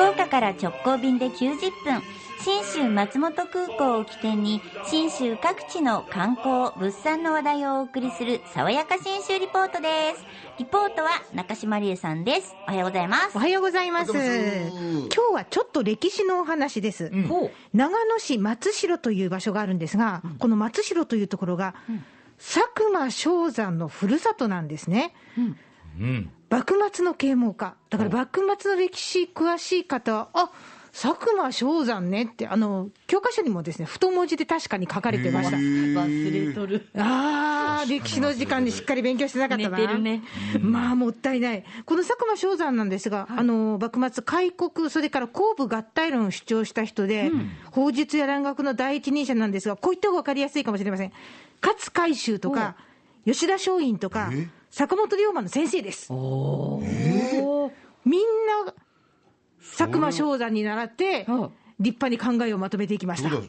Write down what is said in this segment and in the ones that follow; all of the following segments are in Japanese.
福岡から直行便で90分、信州松本空港を起点に信州各地の観光・物産の話題をお送りする爽やか信州リポートです。リポートは中島理恵さんです。おはようございます。 おはようございます。今日はちょっと歴史のお話です。長野市松代という場所があるんですが、この松代というところが、佐久間象山のふるさとなんですね。幕末の啓蒙家だから、幕末の歴史詳しい方は佐久間象山ねって教科書にもですね、太文字で確かに書かれてました。 忘れとる。 歴史の時間にしっかり勉強してなかったな。 寝てるね。 まあもったいない。この佐久間象山なんですが、幕末開国、それから公武合体論を主張した人で、法術や蘭学の第一人者なんですが、こういった方が分かりやすいかもしれません。勝海舟とか吉田松陰とか坂本龍馬の先生です。みんな佐久間象山に倣って立派に考えをまとめていきました。 こ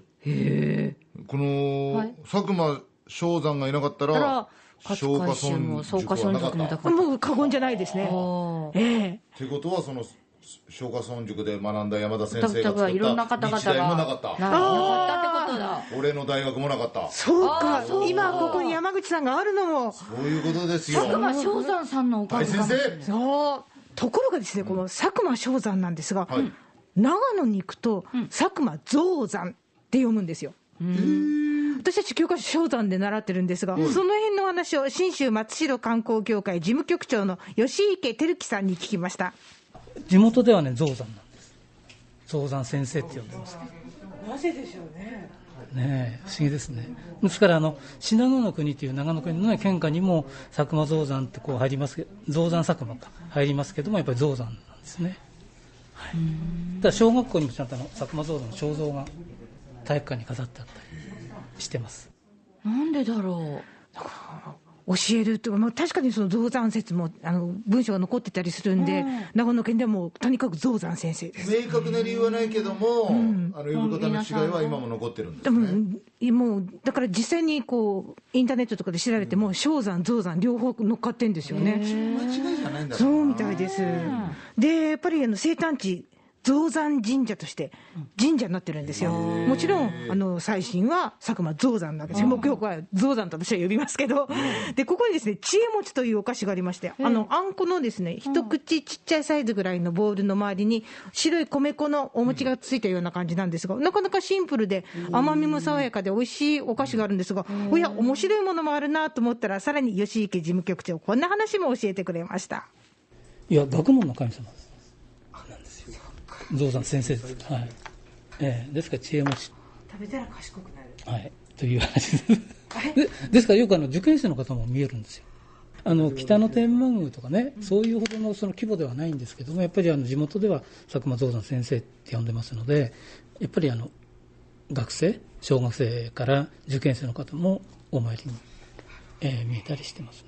の佐久間象山がいなかったら松下村塾はなかった。 もう過言じゃないですね。 ってことはその松下村塾で学んだ山田先生が作ったいろんな方々が日大もなかった。 なかったってことだ。 俺の大学もなかった。 そうか、今ここに山口さんがあるのもそういうことですよ。 佐久間象山さんのおかげ先生。 そうところがですね、この佐久間象山なんですが、長野に行くと佐久間象山って読むんですよ。私たち教科書象山で習ってるんですが、その辺の話を信州松代観光協会事務局長の吉池照樹さんに聞きました。 地元ではね、象山なんです。象山先生って呼んでますけど。 なぜでしょうね。 ねえ、不思議ですね。ですから信濃の国という長野国の、県下にも佐久間象山ってこう入りますけど、象山佐久間か入りますけども、やっぱり象山なんですね。ただ小学校にもちゃんと佐久間象山の肖像が体育館に飾ってあったりしてます。 なんでだろう。 教えると、確かにその象山説も文章が残ってたりするんで、長野県でもとにかく象山先生です。 明確な理由はないけども、呼び方の違いは今も残ってるんですね。 もうだから実際にインターネットとかで調べても象山象山両方乗っかってるんですよね。 間違いじゃないんだろうな。 そうみたいです。でやっぱり生誕地象山神社として神社になってるんですよ。もちろん最新は佐久間象山なわけですよ。木曜は象山と私は呼びますけど、でここにですね、知恵餅というお菓子がありまして、あんこのですね、一口ちっちゃいサイズぐらいのボウルの周りに白い米粉のお餅がついたような感じなんですが、なかなかシンプルで甘みも爽やかで美味しいお菓子があるんですが、面白いものもあるなと思ったら、さらに吉池事務局長こんな話も教えてくれました。 いや、学問の神様です。象山先生です。ですから知恵餅食べたら賢くなる。 という話です。ですからよく受験生の方も見えるんですよ。北の天満宮とかね、そういうほどのその規模ではないんですけども、やっぱり地元では佐久間象山先生って呼んでますので、やっぱり学生、小学生から受験生の方もお参りに、見えたりしてます。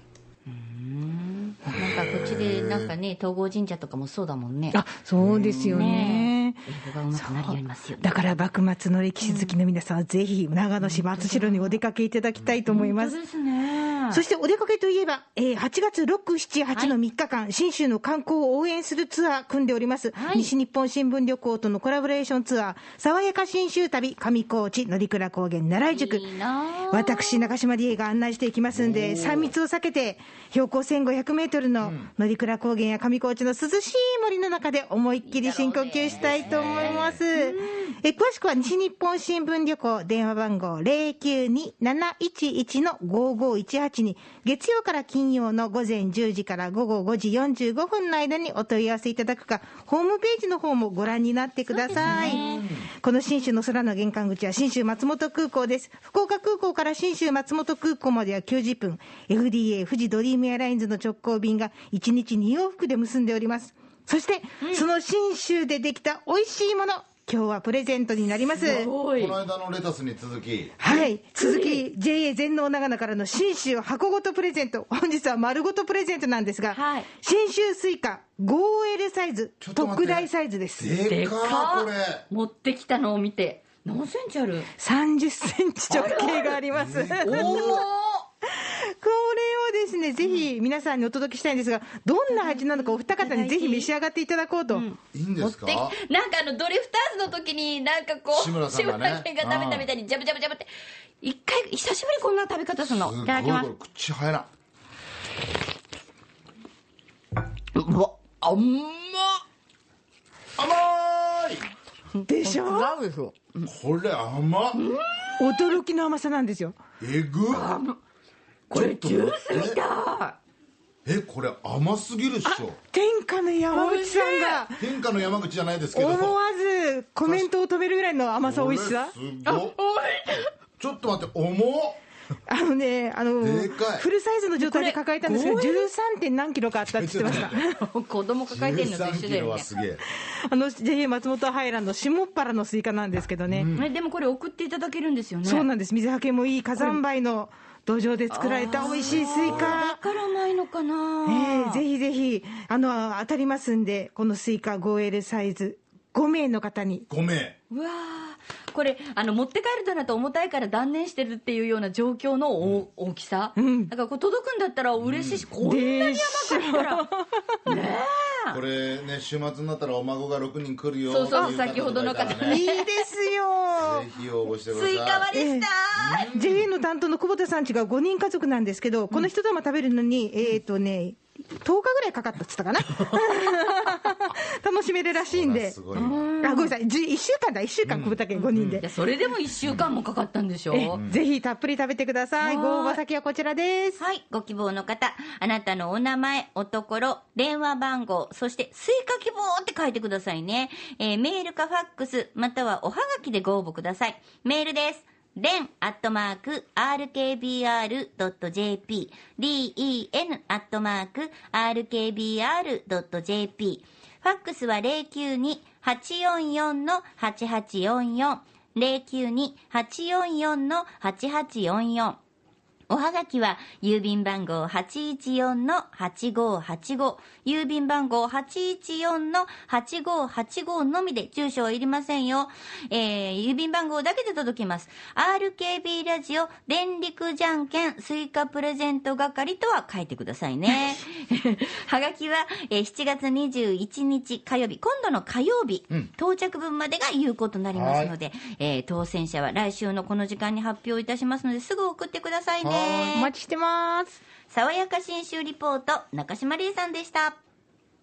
なんかこっちでなんかね、東郷神社とかもそうだもんね。 そうですよね。 英語がうまくなりよりますよね。 だから幕末の歴史好きの皆さんはぜひ長野市松代にお出かけいただきたいと思います。 本当ですね。 そしてお出かけといえば、8月6、7、8の3日間、信州の観光を応援するツアー組んでおります。西日本新聞旅行とのコラボレーションツアー、爽やか信州旅上高地乗鞍高原奈良井宿。私中島理恵が案内していきますんで、3密を避けて標高1500メートルの乗鞍高原や上高地の涼しい森の中で思いっきり深呼吸したいと思います。詳しくは西日本新聞旅行電話番号 092-711-5518 に月曜から金曜の午前10時から午後5時45分の間にお問い合わせいただくか、ホームページの方もご覧になってください。この信州の空の玄関口は信州松本空港です。福岡空港から信州松本空港までは90分、 FDA 富士ドリームエアラインズの直行便が1日2往復で結んでおります。そして、その信州でできた美味しいもの、今日はプレゼントになります。 この間のレタスに続き、 続き JA 全農長野からの信州箱ごとプレゼント、本日は丸ごとプレゼントなんですが、信州スイカ 5L サイズ特大サイズです。 でかこれ持ってきたのを見て、何センチある ？30センチ直径があります。これをでですね、ぜひ皆さんにお届けしたいんですが、どんな味なのかお二方にぜひ召し上がっていただこうと。 いいんですか？ なんかドリフターズの時になんかこう志村さんがね志村けんが食べたみたいにジャブジャブジャブって、一回久しぶりこんな食べ方するの。いただきます。 すごい、これ口入らん。 うわ、甘いでしょ？ 違うでしょ。 これ甘っ。 驚きの甘さなんですよ。 えぐっ。 これジュースみたい。 これ甘すぎるっしょ。 天下の山口さんが天下の山口じゃないですけど、 思わずコメントを止めるぐらいの甘さ、美味しさ。 これすごっ。ちょっと待って、重っ。 でかいフルサイズの状態で抱えたんですけど、13. 点何キロかあったって言ってました子供抱えてるのと一緒だよね。 13キロはすげえ。 JA 松本ハイランド下っ腹のスイカなんですけどね、 でもこれ送っていただけるんですよね。 そうなんです。水はけもいい火山灰の土壌で作られた美味しいスイカ。 だから甘いのかな。 ぜひぜひ当たりますんで、このスイカ 5L サイズ5名の方に。 5名。 うわー、これ持って帰るとなると重たいから断念してるっていうような状況の大きさ、だからこう届くんだったら嬉しいし、こんなに甘かったらねえ。 これね、週末になったらお孫が6人来るよ。 そうそう、先ほどの方ね。 いいですよ。 ぜひ応募してください。 スイカ割りしたい。JA の担当の久保田さんちが5人家族なんですけど、この一玉食べるのに10日ぐらいかかったっつったかな楽しめるらしいんで。 すごい。 ごめんなさい、1週間久保田家5人で。 それでも1週間もかかったんでしょ。 ぜひたっぷり食べてください。ご応募先はこちらです。 はい、ご希望の方、あなたのお名前、おところ、電話番号、そしてスイカ希望って書いてくださいね。メールかファックス、またはおはがきでご応募ください。メールです。den@rkbr.jp den@rkbr.jp ファックスは 092-844-8844 092-844-8844おはがきは郵便番号 814-8585 郵便番号 814-8585 のみで住所はいりませんよ。郵便番号だけで届きます。 RKB ラジオ電力じゃんけんスイカプレゼント係とは書いてくださいねはがきは7月21日火曜日、今度の火曜日、到着分までが有効となりますので、当選者は来週のこの時間に発表いたしますので、すぐ送ってくださいね。 お待ちしてます。 爽やか新州リポート、中島理恵さんでした。